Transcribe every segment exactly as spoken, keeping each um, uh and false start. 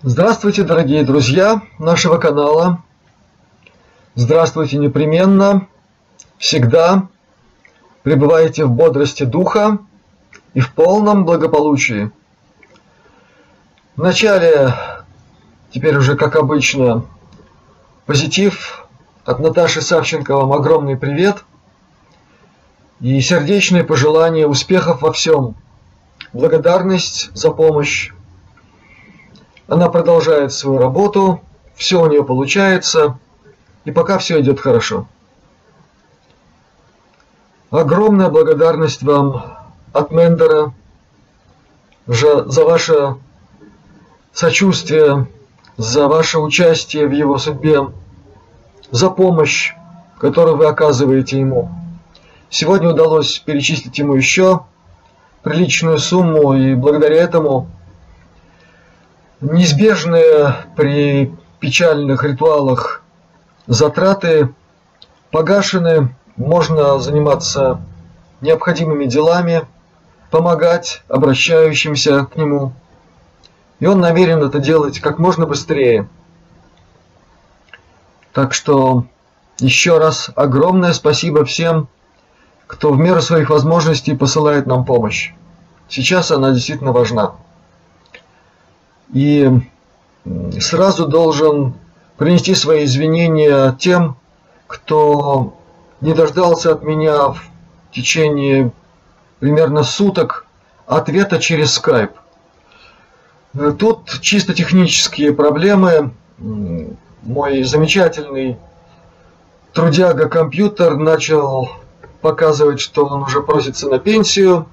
Здравствуйте, дорогие друзья нашего канала. Здравствуйте непременно, всегда. Пребывайте в бодрости духа и в полном благополучии. Вначале, теперь уже как обычно, позитив от Наташи Савченко. Вам огромный привет и сердечные пожелания успехов во всем. Благодарность за помощь. Она продолжает свою работу, все у нее получается, и пока все идет хорошо. Огромная благодарность вам от Мендера за ваше сочувствие, за ваше участие в его судьбе, за помощь, которую вы оказываете ему. Сегодня удалось перечислить ему еще приличную сумму, и благодаря этому неизбежные при печальных ритуалах затраты погашены, можно заниматься необходимыми делами, помогать обращающимся к нему. И он намерен это делать как можно быстрее. Так что еще раз огромное спасибо всем, кто в меру своих возможностей посылает нам помощь. Сейчас она действительно важна. И сразу должен принести свои извинения тем, кто не дождался от меня в течение примерно суток ответа через скайп. Тут чисто технические проблемы. Мой замечательный трудяга-компьютер начал показывать, что он уже просится на пенсию.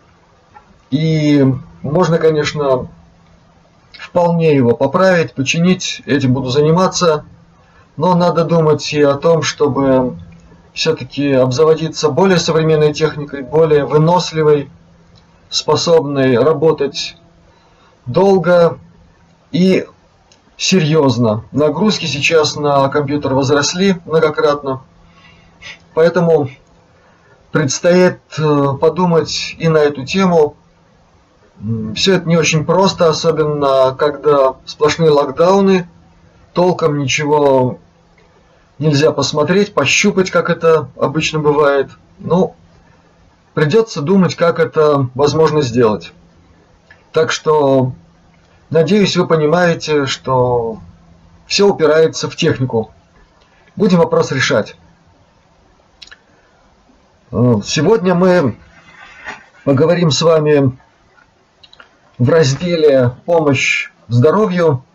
И можно, конечно, вполне его поправить, починить, этим буду заниматься, но надо думать и о том, чтобы все-таки обзаводиться более современной техникой, более выносливой, способной работать долго и серьезно. Нагрузки сейчас на компьютер возросли многократно, поэтому предстоит подумать и на эту тему. Все это не очень просто, особенно когда сплошные локдауны, толком ничего нельзя посмотреть, пощупать, как это обычно бывает. Ну, придется думать, как это возможно сделать. Так что, надеюсь, вы понимаете, что все упирается в технику. Будем вопрос решать. Сегодня мы поговорим с вами в разделе «Помощь здоровью»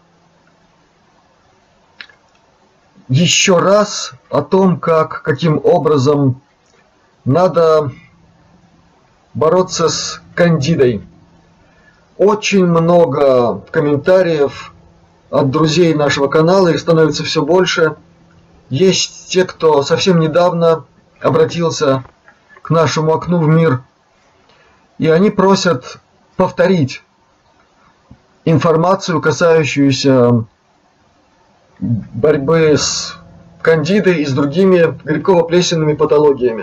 еще раз о том, как, каким образом надо бороться с кандидой. Очень много комментариев от друзей нашего канала, их становится все больше. Есть те, кто совсем недавно обратился к нашему окну в мир, и они просят повторить информацию, касающуюся борьбы с кандидой и с другими грибково-плесенными патологиями.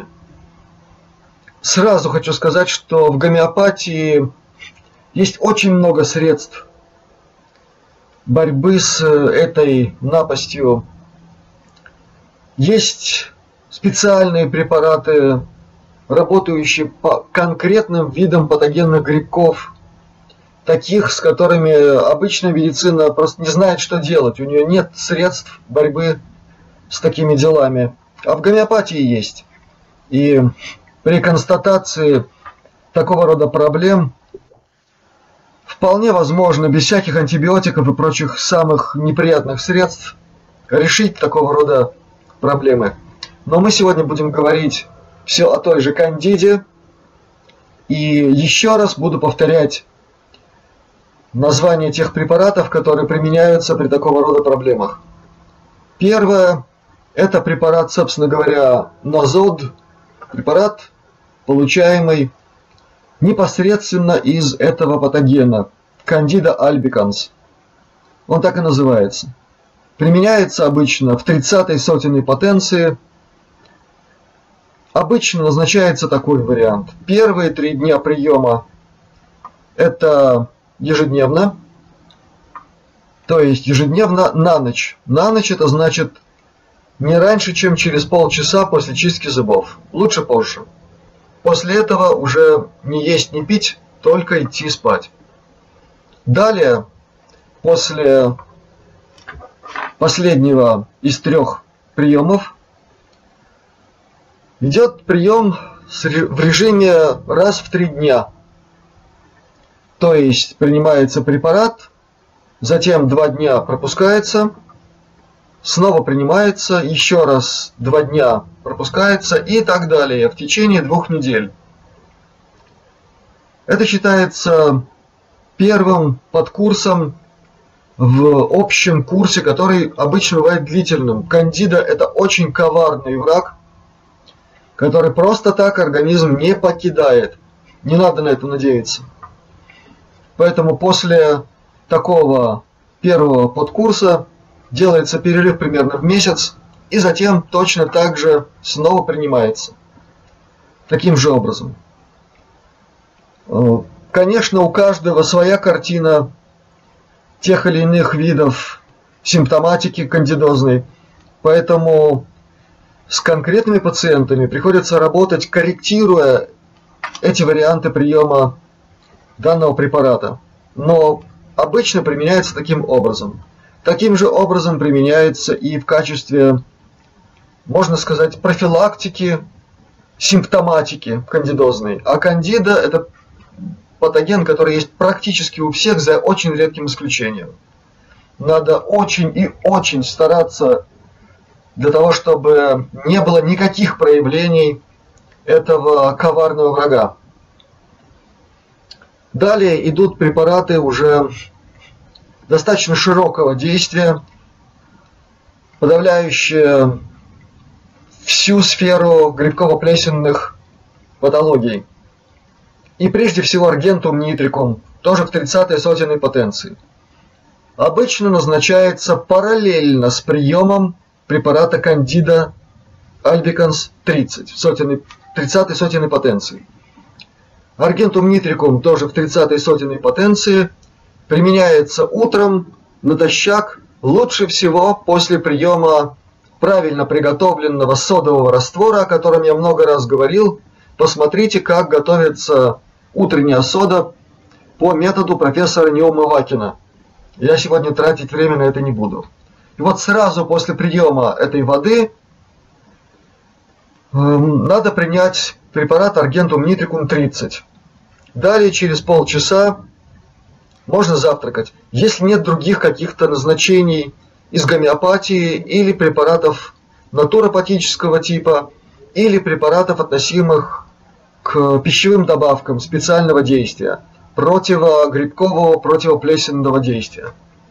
Сразу хочу сказать, что в гомеопатии есть очень много средств борьбы с этой напастью. Есть специальные препараты, работающие по конкретным видам патогенных грибков, таких, с которыми обычная медицина просто не знает, что делать. У нее нет средств борьбы с такими делами. А в гомеопатии есть. И при констатации такого рода проблем вполне возможно, без всяких антибиотиков и прочих самых неприятных средств, решить такого рода проблемы. Но мы сегодня будем говорить все о той же кандиде. И еще раз буду повторять название тех препаратов, которые применяются при такого рода проблемах. Первое – это препарат, собственно говоря, Назод, препарат, получаемый непосредственно из этого патогена, Candida albicans. Он так и называется. Применяется обычно в тридцатой сотенной потенции. Обычно назначается такой вариант. Первые три дня приема – это ежедневно. То есть ежедневно на ночь. На ночь это значит не раньше, чем через полчаса после чистки зубов. Лучше позже. После этого уже не есть, не пить, только идти спать. Далее, после последнего из трех приемов, идет прием в режиме раз в три дня. То есть принимается препарат, затем два дня пропускается, снова принимается, еще раз два дня пропускается и так далее в течение двух недель. Это считается первым подкурсом в общем курсе, который обычно бывает длительным. Кандида – это очень коварный враг, который просто так организм не покидает. Не надо на это надеяться. Поэтому после такого первого подкурса делается перерыв примерно в месяц, и затем точно так же снова принимается. Таким же образом. Конечно, у каждого своя картина тех или иных видов симптоматики кандидозной, поэтому с конкретными пациентами приходится работать, корректируя эти варианты приема данного препарата. Но обычно применяется таким образом. Таким же образом применяется и в качестве, можно сказать, профилактики симптоматики кандидозной. А кандида – это патоген, который есть практически у всех, за очень редким исключением. Надо очень и очень стараться для того, чтобы не было никаких проявлений этого коварного врага. Далее идут препараты уже достаточно широкого действия, подавляющие всю сферу грибково-плесенных патологий. И прежде всего аргентум нитрикум, тоже в тридцатой сотенной потенции. Обычно назначается параллельно с приемом препарата кандида альбиканс тридцать в тридцатой сотенной потенции. Аргентум нитрикум тоже в тридцатой сотенной потенции применяется утром натощак, лучше всего после приема правильно приготовленного содового раствора, о котором я много раз говорил. Посмотрите, как готовится утренняя сода по методу профессора Неумывакина. Я сегодня тратить время на это не буду. И вот сразу после приема этой воды э, надо принять препарат аргентум нитрикум тридцать. Далее через полчаса можно завтракать. Если нет других каких-то назначений из гомеопатии или препаратов натуропатического типа, или препаратов, относимых к пищевым добавкам специального действия, противогрибкового, противоплесенного действия.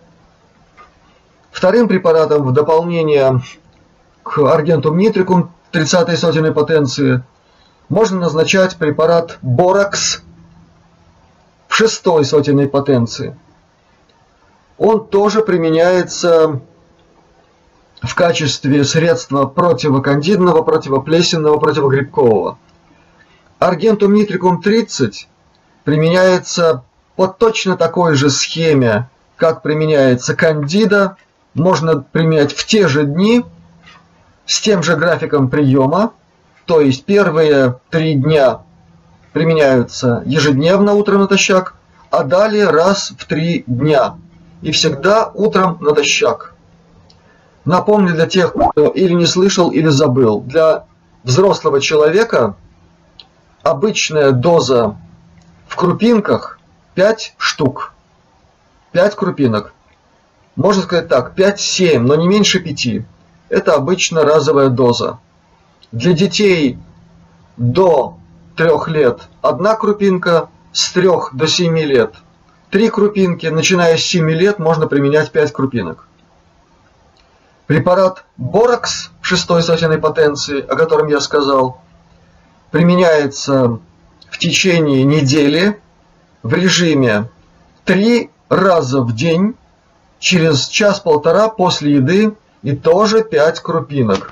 Вторым препаратом в дополнение к аргентум нитрикум тридцатой сотенной потенции можно назначать препарат боракс в шестой сотенной потенции. Он тоже применяется в качестве средства противокандидного, противоплесенного, противогрибкового. Аргентум нитрикум тридцать применяется по точно такой же схеме, как применяется кандида. Можно применять в те же дни, с тем же графиком приема. То есть первые три дня применяются ежедневно утром натощак, а далее раз в три дня. И всегда утром натощак. Напомню для тех, кто или не слышал, или забыл. Для взрослого человека обычная доза в крупинках пять штук. пять крупинок. Можно сказать так, пять-семь, но не меньше пяти. Это обычно разовая доза. Для детей до трёх лет одна крупинка, с трёх до семи лет три крупинки, начиная с семи лет можно применять пять крупинок. Препарат боракс в шестой сотенной потенции, о котором я сказал, применяется в течение недели в режиме три раза в день, через час-полтора после еды, и тоже пять крупинок.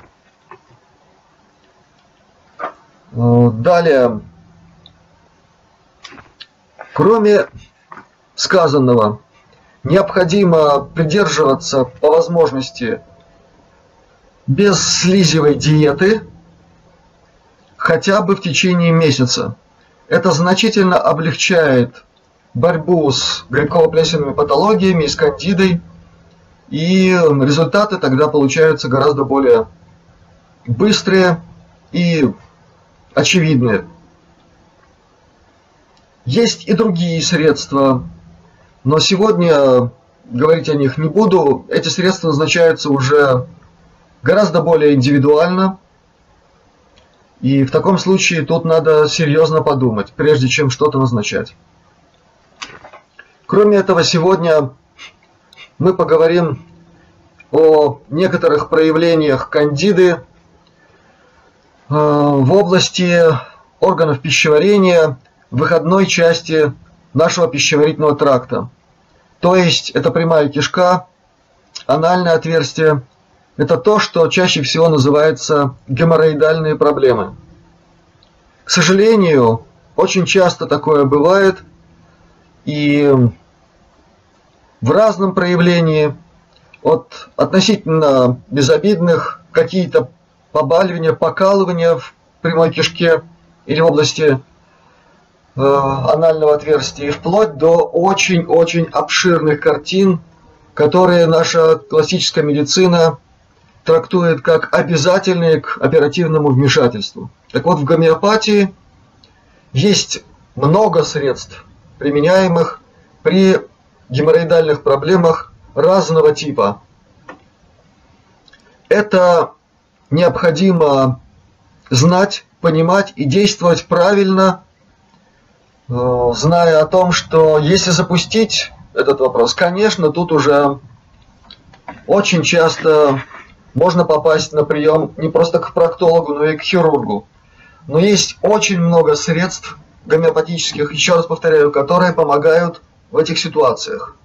Далее, кроме сказанного, необходимо придерживаться по возможности безслизевой диеты хотя бы в течение месяца. Это значительно облегчает борьбу с грибково-плесенными патологиями и с кандидой, и результаты тогда получаются гораздо более быстрые и очевидные. Есть и другие средства, но сегодня говорить о них не буду. Эти средства назначаются уже гораздо более индивидуально, и в таком случае тут надо серьезно подумать, прежде чем что-то назначать. Кроме этого, сегодня мы поговорим о некоторых проявлениях кандиды в области органов пищеварения, выходной части нашего пищеварительного тракта. То есть это прямая кишка, анальное отверстие. Это то, что чаще всего называется геморроидальные проблемы. К сожалению, очень часто такое бывает, и в разном проявлении, от относительно безобидных, какие-то побаливания, покалывания в прямой кишке или в области э, анального отверстия, вплоть до очень-очень обширных картин, которые наша классическая медицина трактует как обязательные к оперативному вмешательству. Так вот, в гомеопатии есть много средств, применяемых при геморроидальных проблемах разного типа. Это необходимо знать, понимать и действовать правильно, зная о том, что если запустить этот вопрос, конечно, тут уже очень часто можно попасть на прием не просто к проктологу, но и к хирургу. Но есть очень много средств гомеопатических, еще раз повторяю, которые помогают в этих ситуациях.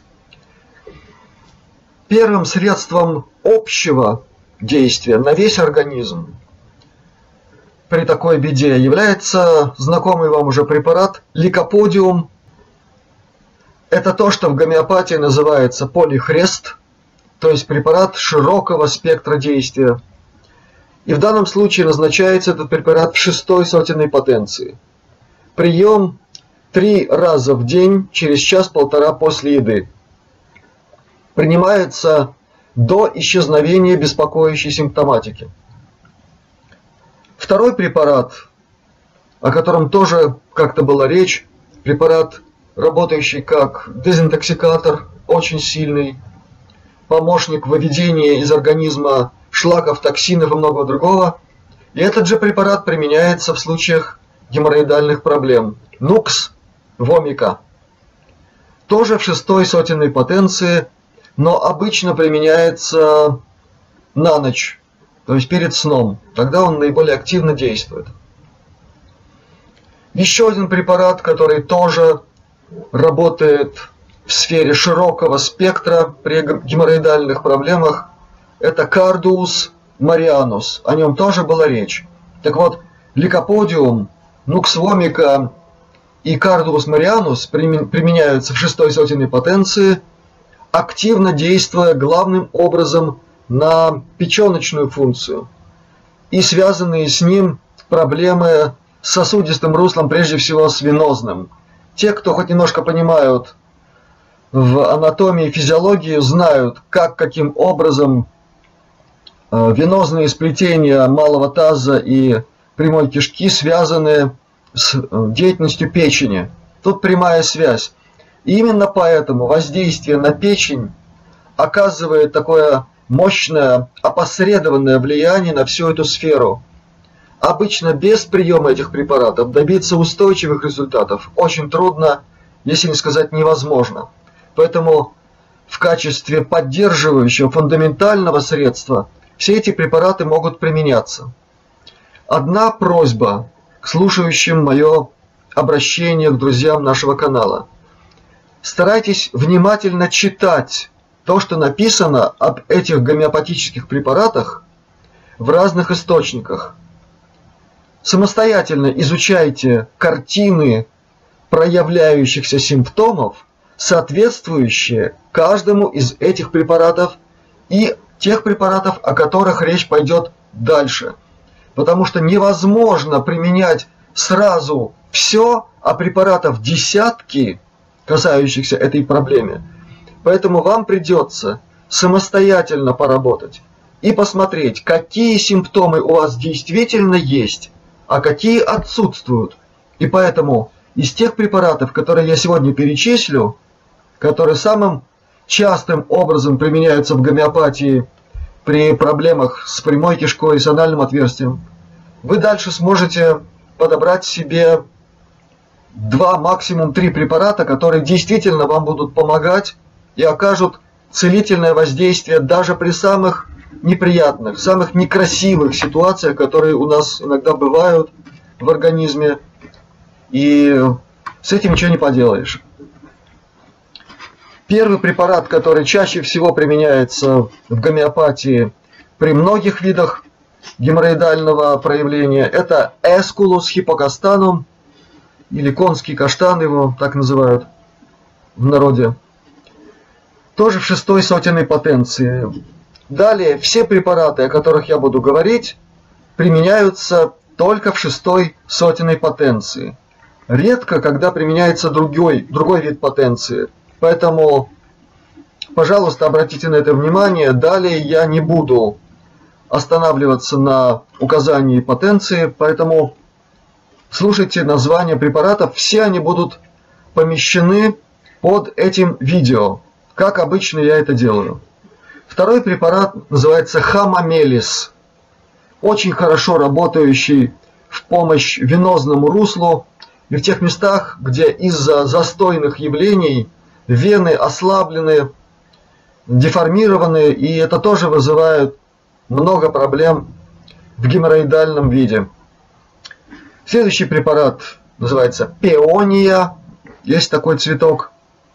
Первым средством общего действия на весь организм при такой беде является знакомый вам уже препарат ликоподиум. Это то, что в гомеопатии называется полихрест, то есть препарат широкого спектра действия. И в данном случае назначается этот препарат в шестой сотенной потенции. Прием три раза в день через час-полтора после еды. Принимается до исчезновения беспокоящей симптоматики. Второй препарат, о котором тоже как-то была речь, препарат, работающий как дезинтоксикатор, очень сильный, помощник выведения из организма шлаков, токсинов и многого другого. И этот же препарат применяется в случаях геморроидальных проблем. Нукс вомика. Тоже в шестой сотенной потенции, но обычно применяется на ночь, то есть перед сном. Тогда он наиболее активно действует. Еще один препарат, который тоже работает в сфере широкого спектра при геморроидальных проблемах, это Кардуус марианус. О нем тоже была речь. Так вот, ликоподиум, нукс вомика и Кардуус марианус применяются в шестой сотенной потенции, активно действуя главным образом на печеночную функцию и связанные с ним проблемы с сосудистым руслом, прежде всего с венозным. Те, кто хоть немножко понимают в анатомии и физиологии, знают, как, каким образом венозные сплетения малого таза и прямой кишки связаны с деятельностью печени. Тут прямая связь. И именно поэтому воздействие на печень оказывает такое мощное опосредованное влияние на всю эту сферу. Обычно без приема этих препаратов добиться устойчивых результатов очень трудно, если не сказать невозможно. Поэтому в качестве поддерживающего фундаментального средства все эти препараты могут применяться. Одна просьба к слушающим мое обращение к друзьям нашего канала. Старайтесь внимательно читать то, что написано об этих гомеопатических препаратах в разных источниках. Самостоятельно изучайте картины проявляющихся симптомов, соответствующие каждому из этих препаратов и тех препаратов, о которых речь пойдет дальше. Потому что невозможно применять сразу все, а препаратов десятки, касающихся этой проблемы. Поэтому вам придется самостоятельно поработать и посмотреть, какие симптомы у вас действительно есть, а какие отсутствуют. И поэтому из тех препаратов, которые я сегодня перечислю, которые самым частым образом применяются в гомеопатии при проблемах с прямой кишкой и с анальным отверстием, вы дальше сможете подобрать себе два, максимум три препарата, которые действительно вам будут помогать и окажут целительное воздействие даже при самых неприятных, самых некрасивых ситуациях, которые у нас иногда бывают в организме, и с этим ничего не поделаешь. Первый препарат, который чаще всего применяется в гомеопатии при многих видах геморроидального проявления, это Aesculus hippocastanum, или конский каштан, его так называют в народе. Тоже в шестой сотенной потенции. Далее, все препараты, о которых я буду говорить, применяются только в шестой сотенной потенции. Редко, когда применяется другой, другой вид потенции. Поэтому, пожалуйста, обратите на это внимание. Далее я не буду останавливаться на указании потенции, поэтому слушайте названия препаратов. Все они будут помещены под этим видео, как обычно я это делаю. Второй препарат называется Хамомелис. Очень хорошо работающий в помощь венозному руслу и в тех местах, где из-за застойных явлений вены ослаблены, деформированы, и это тоже вызывает много проблем в геморроидальном виде. Следующий препарат называется Пеония. Есть такой цветок.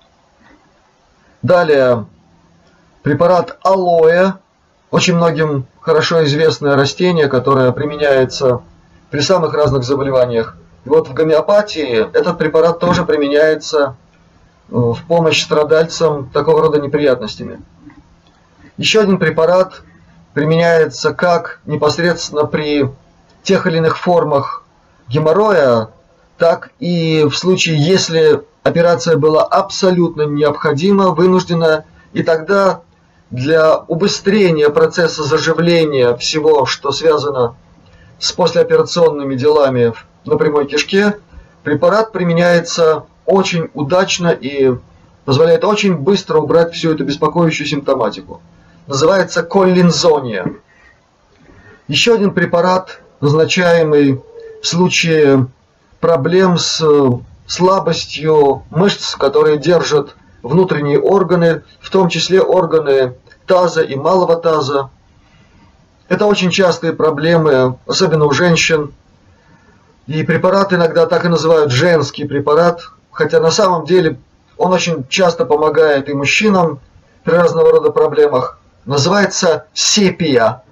Далее препарат Алоэ. Очень многим хорошо известное растение, которое применяется при самых разных заболеваниях. И вот в гомеопатии этот препарат тоже применяется в помощь страдальцам такого рода неприятностями. Еще один препарат применяется как непосредственно при тех или иных формах геморроя, так и в случае, если операция была абсолютно необходима, вынуждена, и тогда для убыстрения процесса заживления всего, что связано с послеоперационными делами на прямой кишке, препарат применяется очень удачно и позволяет очень быстро убрать всю эту беспокоящую симптоматику. Называется коллинзония. Еще один препарат, назначаемый в случае проблем с слабостью мышц, которые держат внутренние органы, в том числе органы таза и малого таза. Это очень частые проблемы, особенно у женщин. И препарат иногда так и называют женский препарат, хотя на самом деле он очень часто помогает и мужчинам при разного рода проблемах. Называется сепия.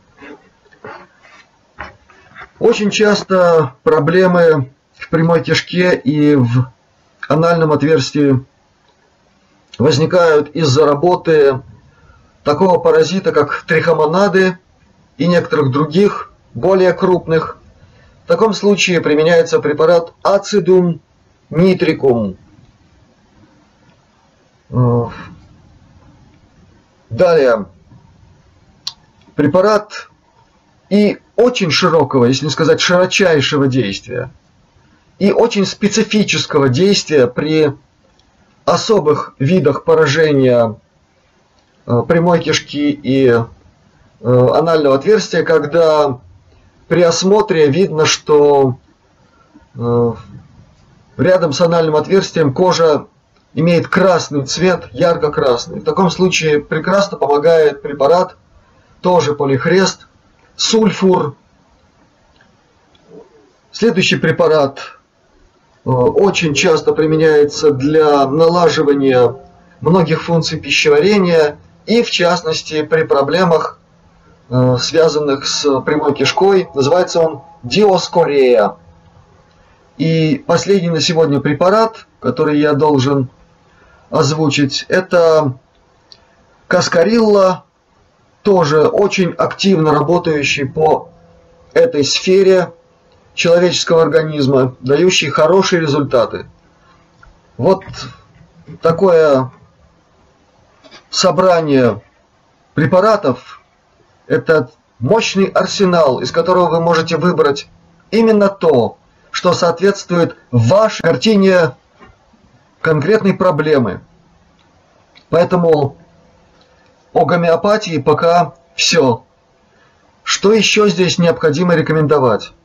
Очень часто проблемы в прямой кишке и в анальном отверстии возникают из-за работы такого паразита, как трихомонады и некоторых других, более крупных. В таком случае применяется препарат ацидум нитрикум. Далее, препарат и очень широкого, если не сказать широчайшего действия, и очень специфического действия при особых видах поражения прямой кишки и анального отверстия, когда при осмотре видно, что рядом с анальным отверстием кожа имеет красный цвет, ярко-красный. В таком случае прекрасно помогает препарат, тоже полихрест, сульфур. Следующий препарат очень часто применяется для налаживания многих функций пищеварения и, в частности, при проблемах, связанных с прямой кишкой. Называется он диоскорея. И последний на сегодня препарат, который я должен озвучить. Это Каскарилла, тоже очень активно работающий по этой сфере человеческого организма, дающий хорошие результаты. Вот такое собрание препаратов – это мощный арсенал, из которого вы можете выбрать именно то, что соответствует вашей картине конкретной проблемы. Поэтому о гомеопатии пока все. Что еще здесь необходимо рекомендовать?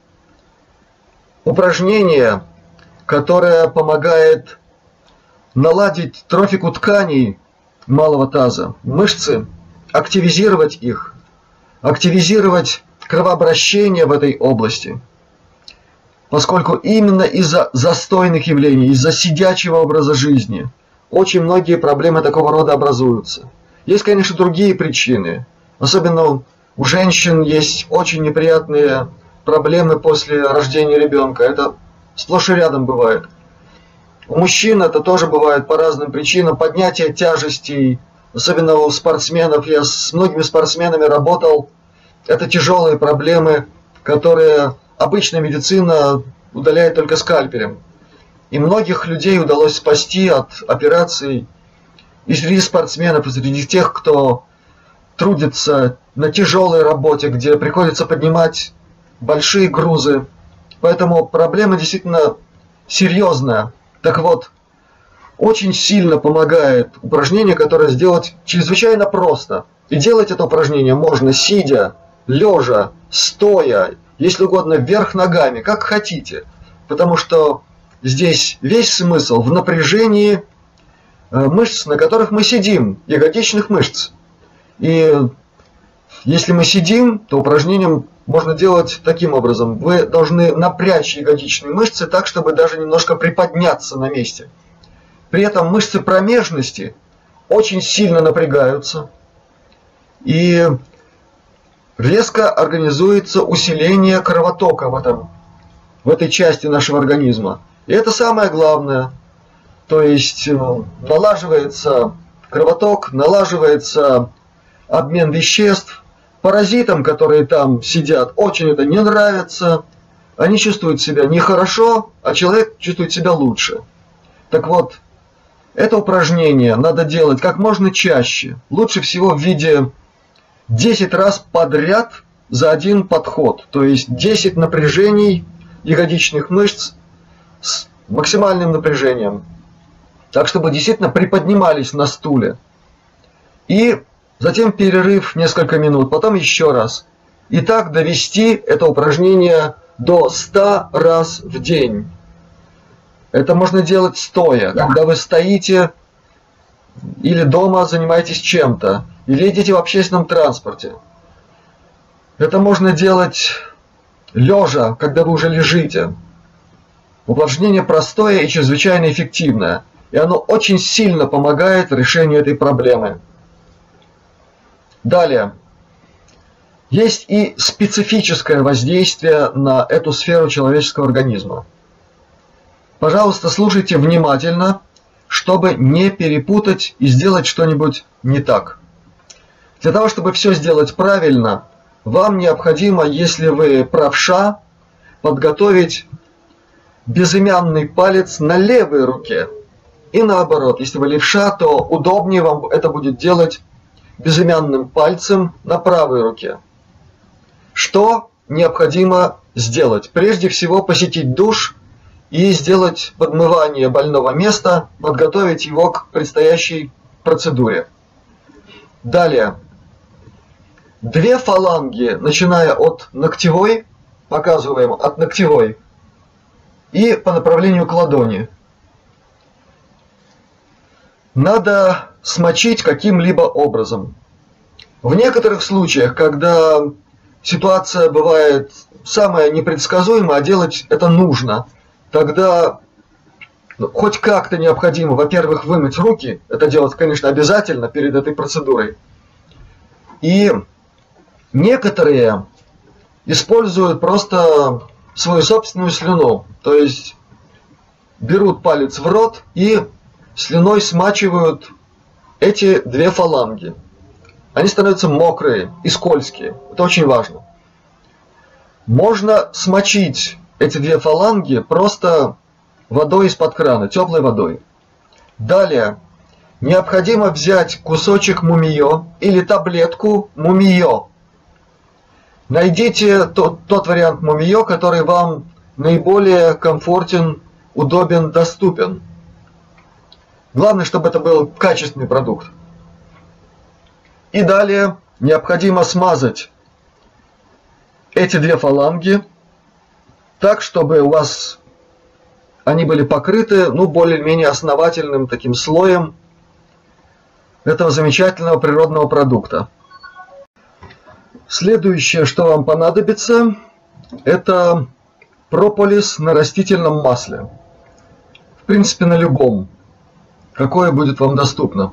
Упражнение, которое помогает наладить трофику тканей малого таза, мышцы, активизировать их, активизировать кровообращение в этой области. Поскольку именно из-за застойных явлений, из-за сидячего образа жизни очень многие проблемы такого рода образуются. Есть, конечно, другие причины. Особенно у женщин есть очень неприятные проблемы после рождения ребенка. Это сплошь и рядом бывает. У мужчин это тоже бывает по разным причинам. Поднятие тяжестей, особенно у спортсменов. Я с многими спортсменами работал. Это тяжелые проблемы, которые обычная медицина удаляет только скальпелем. И многих людей удалось спасти от операций. И среди спортсменов, и среди тех, кто трудится на тяжелой работе, где приходится поднимать большие грузы. Поэтому проблема действительно серьезная. Так вот, очень сильно помогает упражнение, которое сделать чрезвычайно просто. И делать это упражнение можно сидя, лежа, стоя, если угодно вверх ногами, как хотите. Потому что здесь весь смысл в напряжении мышц, на которых мы сидим, ягодичных мышц. И если мы сидим, то упражнением можно делать таким образом. Вы должны напрячь ягодичные мышцы так, чтобы даже немножко приподняться на месте. При этом мышцы промежности очень сильно напрягаются. И резко организуется усиление кровотока в, этом, в этой части нашего организма. И это самое главное. То есть налаживается кровоток, налаживается обмен веществ. Паразитам, которые там сидят, очень это не нравится. Они чувствуют себя нехорошо, а человек чувствует себя лучше. Так вот, это упражнение надо делать как можно чаще. Лучше всего в виде десять раз подряд за один подход. То есть десять напряжений ягодичных мышц с максимальным напряжением. Так, чтобы действительно приподнимались на стуле. И затем перерыв несколько минут, потом еще раз. И так довести это упражнение до ста раз в день. Это можно делать стоя, когда вы стоите или дома занимаетесь чем-то, или едете в общественном транспорте. Это можно делать лежа, когда вы уже лежите. Упражнение простое и чрезвычайно эффективное. И оно очень сильно помогает в решении этой проблемы. Далее. Есть и специфическое воздействие на эту сферу человеческого организма. Пожалуйста, слушайте внимательно, чтобы не перепутать и сделать что-нибудь не так. Для того, чтобы все сделать правильно, вам необходимо, если вы правша, подготовить безымянный палец на левой руке. И наоборот, если вы левша, то удобнее вам это будет делать безымянным пальцем на правой руке. Что необходимо сделать? Прежде всего посетить душ и сделать подмывание больного места, подготовить его к предстоящей процедуре. Далее. Две фаланги, начиная от ногтевой, показываем от ногтевой, и по направлению к ладони. Надо смочить каким-либо образом. В некоторых случаях, когда ситуация бывает самая непредсказуемая, а делать это нужно, тогда ну, хоть как-то необходимо, во-первых, вымыть руки. Это делать, конечно, обязательно перед этой процедурой. И некоторые используют просто свою собственную слюну. То есть берут палец в рот и слюной смачивают эти две фаланги. Они становятся мокрые и скользкие. Это очень важно. Можно смочить эти две фаланги просто водой из-под крана, теплой водой. Далее необходимо взять кусочек мумиё или таблетку мумиё. Найдите тот, тот вариант мумиё, который вам наиболее комфортен, удобен, доступен. Главное, чтобы это был качественный продукт. И далее необходимо смазать эти две фаланги так, чтобы у вас они были покрыты, ну, более-менее основательным таким слоем этого замечательного природного продукта. Следующее, что вам понадобится, это прополис на растительном масле. В принципе, на любом, какое будет вам доступно.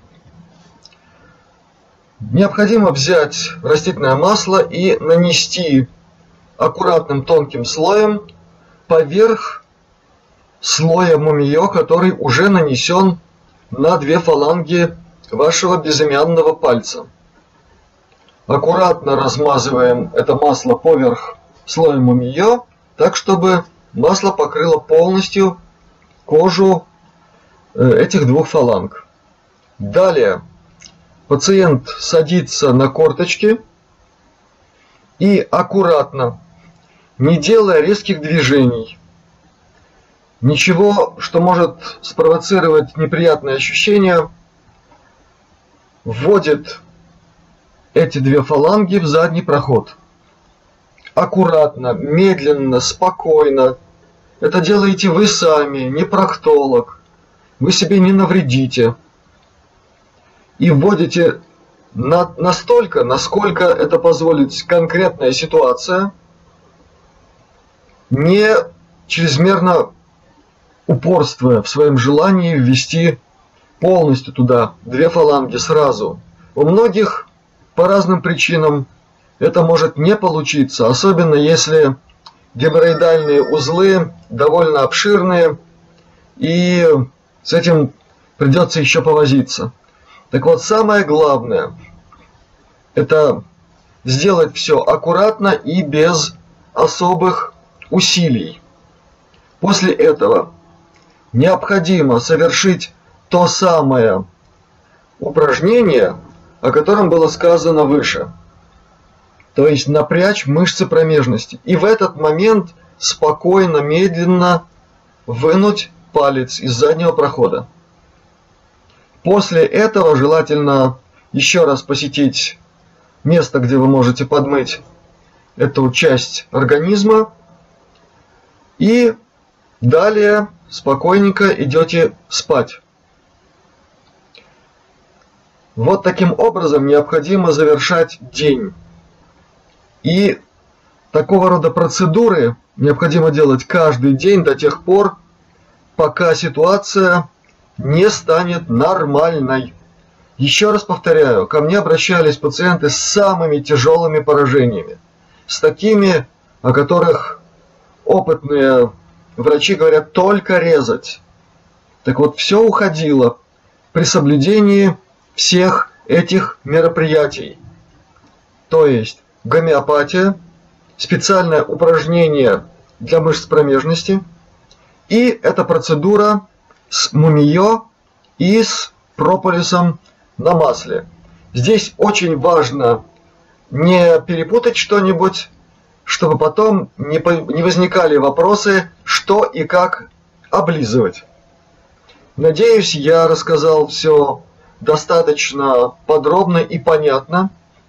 Необходимо взять растительное масло и нанести аккуратным тонким слоем поверх слоя мумиё, который уже нанесен на две фаланги вашего безымянного пальца. Аккуратно размазываем это масло поверх слоя мумиё, так чтобы масло покрыло полностью кожу этих двух фаланг. Далее пациент садится на корточки и аккуратно, не делая резких движений, ничего, что может спровоцировать неприятные ощущения, вводит эти две фаланги в задний проход. Аккуратно, медленно, спокойно. Это делаете вы сами, не проктолог. Вы себе не навредите. И вводите на, настолько, насколько это позволит конкретная ситуация, не чрезмерно упорствуя в своем желании ввести полностью туда две фаланги сразу. У многих по разным причинам это может не получиться, особенно если геморроидальные узлы довольно обширные, и с этим придется еще повозиться. Так вот, самое главное – это сделать все аккуратно и без особых усилий. После этого необходимо совершить то самое упражнение, о котором было сказано выше. То есть напрячь мышцы промежности. И в этот момент спокойно, медленно вынуть палец из заднего прохода. После этого желательно еще раз посетить место, где вы можете подмыть эту часть организма. И далее спокойненько идете спать. Вот таким образом необходимо завершать день. И такого рода процедуры необходимо делать каждый день до тех пор, пока ситуация не станет нормальной. Еще раз повторяю, ко мне обращались пациенты с самыми тяжелыми поражениями, с такими, о которых опытные врачи говорят только резать. Так вот, все уходило при соблюдении всех этих мероприятий. То есть гомеопатия, специальное упражнение для мышц промежности и эта процедура с мумиё и с прополисом на масле. Здесь очень важно не перепутать что-нибудь, чтобы потом не возникали вопросы, что и как облизывать. Надеюсь, я рассказал все достаточно подробно и понятно.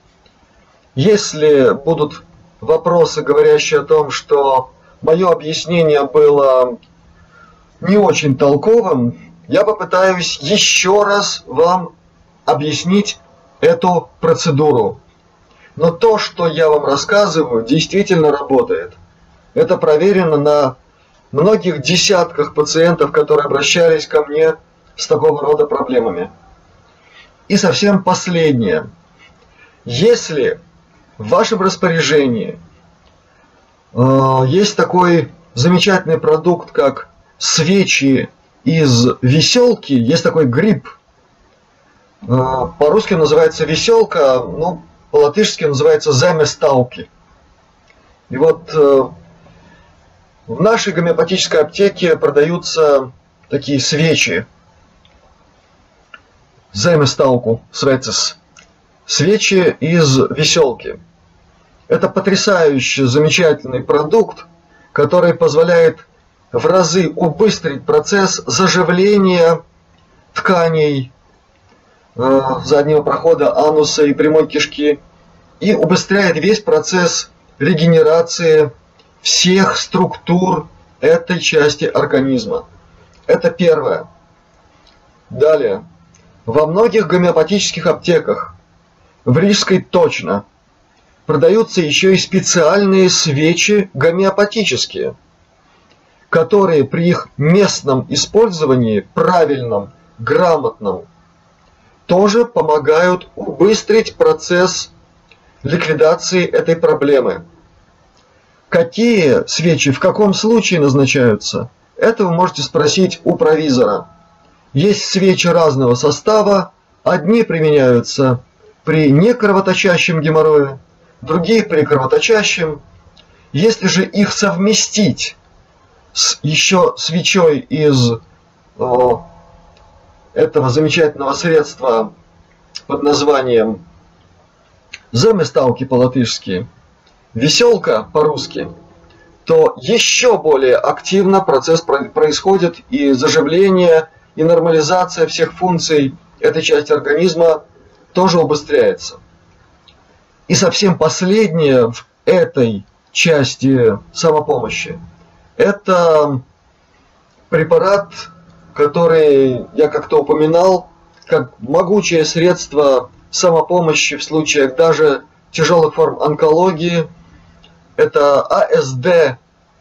Если будут вопросы, говорящие о том, что мое объяснение было не очень толковым, я попытаюсь еще раз вам объяснить эту процедуру. Но то, что я вам рассказываю, действительно работает. Это проверено на многих десятках пациентов, которые обращались ко мне с такого рода проблемами. И совсем последнее. Если в вашем распоряжении э, есть такой замечательный продукт, как свечи из веселки, есть такой гриб, по-русски называется веселка, ну, по-латышски называется заместалки. И вот в нашей гомеопатической аптеке продаются такие свечи, заместалку, свецес, свечи из веселки. Это потрясающий, замечательный продукт, который позволяет в разы убыстрить процесс заживления тканей э, заднего прохода, ануса и прямой кишки, и убыстряет весь процесс регенерации всех структур этой части организма. Это первое. Далее. Во многих гомеопатических аптеках, в Рижской точно, продаются еще и специальные свечи гомеопатические, которые при их местном использовании, правильном, грамотном, тоже помогают убыстрить процесс ликвидации этой проблемы. Какие свечи в каком случае назначаются, это вы можете спросить у провизора. Есть свечи разного состава, одни применяются при некровоточащем геморрое, другие при кровоточащем. Если же их совместить с еще свечой из о, этого замечательного средства под названием заместалки по-латышски, веселка по-русски, то еще более активно процесс происходит, и заживление, и нормализация всех функций этой части организма тоже убыстряется. И совсем последнее в этой части самопомощи – это препарат, который я как-то упоминал, как могучее средство самопомощи в случаях даже тяжелых форм онкологии. Это а эс ди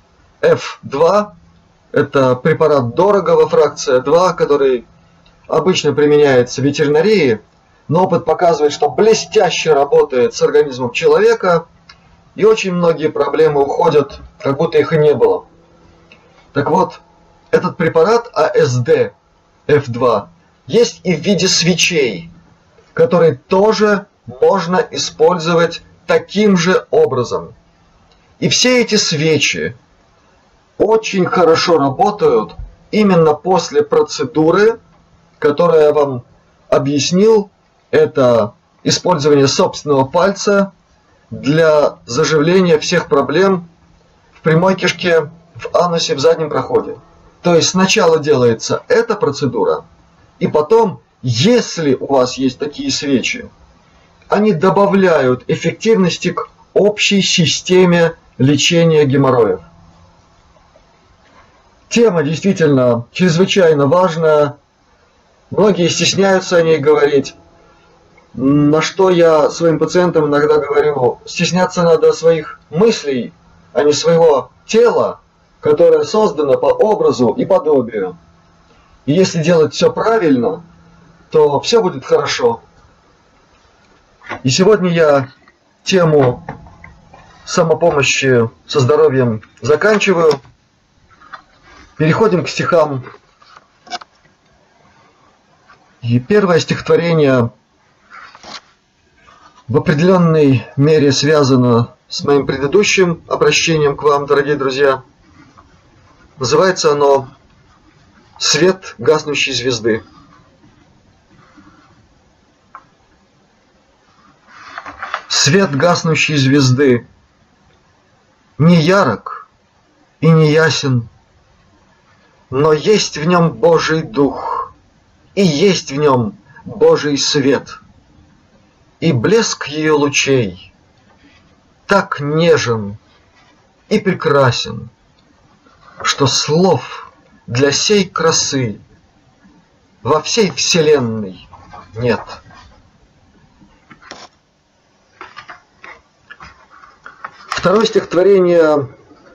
эф два, это препарат дорогого, фракция два, который обычно применяется в ветеринарии, но опыт показывает, что блестяще работает с организмом человека, и очень многие проблемы уходят, как будто их и не было. Так вот, этот препарат а эс ди эф два есть и в виде свечей, которые тоже можно использовать таким же образом. И все эти свечи очень хорошо работают именно после процедуры, которую я вам объяснил. Это использование собственного пальца для заживления всех проблем в прямой кишке, в анусе, в заднем проходе. То есть сначала делается эта процедура, и потом, если у вас есть такие свечи, они добавляют эффективности к общей системе лечения геморроев. Тема действительно чрезвычайно важная. Многие стесняются о ней говорить. На что я своим пациентам иногда говорю: стесняться надо своих мыслей, а не своего тела, которое создано по образу и подобию. И если делать все правильно, то все будет хорошо. И сегодня я тему самопомощи со здоровьем заканчиваю. Переходим к стихам. И первое стихотворение в определенной мере связано с моим предыдущим обращением к вам, дорогие друзья. Называется оно «Свет гаснущей звезды». Свет гаснущей звезды не ярок и не ясен, но есть в нем Божий Дух, и есть в нем Божий свет. И блеск ее лучей так нежен и прекрасен, что слов для сей красы во всей вселенной нет. Второе стихотворение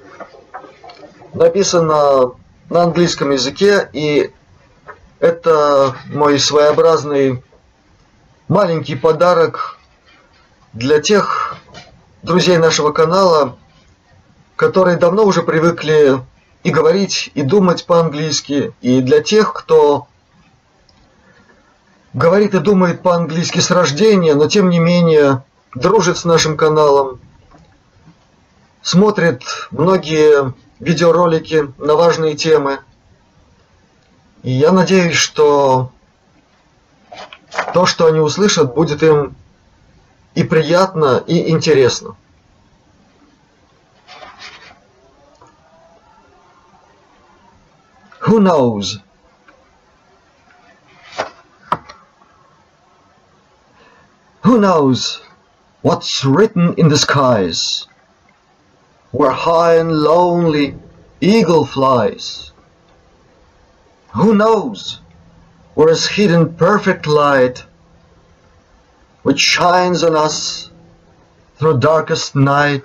написано на английском языке, и это мой своеобразный маленький подарок для тех друзей нашего канала, которые давно уже привыкли и говорить, и думать по-английски, и для тех, кто говорит и думает по-английски с рождения, но тем не менее дружит с нашим каналом, смотрит многие видеоролики на важные темы. И я надеюсь, что то, что они услышат, будет им и приятно, и интересно. Who knows? Who knows what's written in the skies, where high and lonely eagle flies? Who knows where is hidden perfect light, which shines on us through darkest night?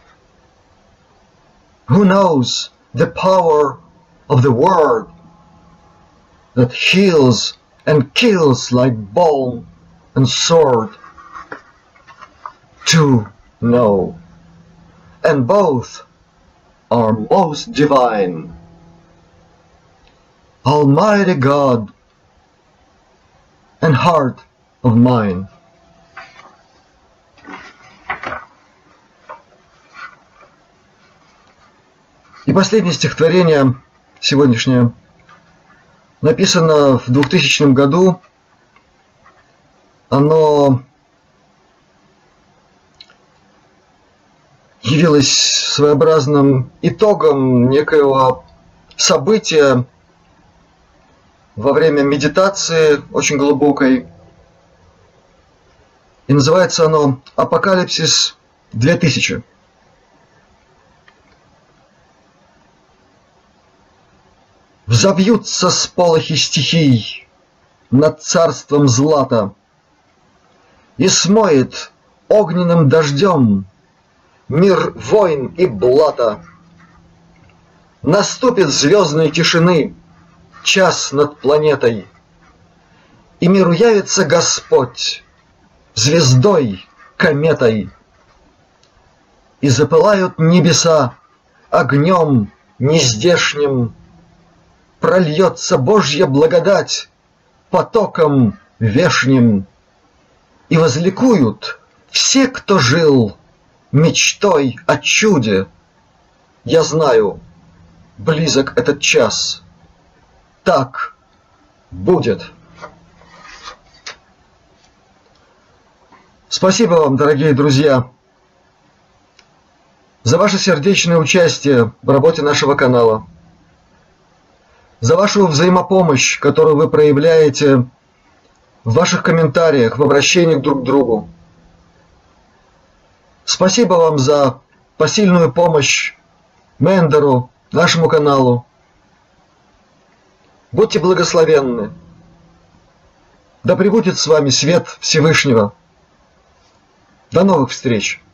Who knows the power of the word that heals and kills like balm and sword? To know, and both are most divine. Almighty God and heart of mine. И последнее стихотворение сегодняшнее написано в двухтысячном году. Оно явилось своеобразным итогом некоего события во время медитации очень глубокой. И называется оно «Апокалипсис две тысячи». Взовьются сполохи стихий над царством злата и смоет огненным дождем мир войн и блата. Наступит звездной тишины час над планетой, и миру явится Господь звездой, кометой, и запылают небеса огнем нездешним, прольется Божья благодать потоком вешним, и возликуют все, кто жил мечтой о чуде. Я знаю, близок этот час. Так будет. Спасибо вам, дорогие друзья, за ваше сердечное участие в работе нашего канала, за вашу взаимопомощь, которую вы проявляете в ваших комментариях, в обращениях друг к другу. Спасибо вам за посильную помощь Мендеру, нашему каналу. Будьте благословенны. Да пребудет с вами свет Всевышнего. До новых встреч!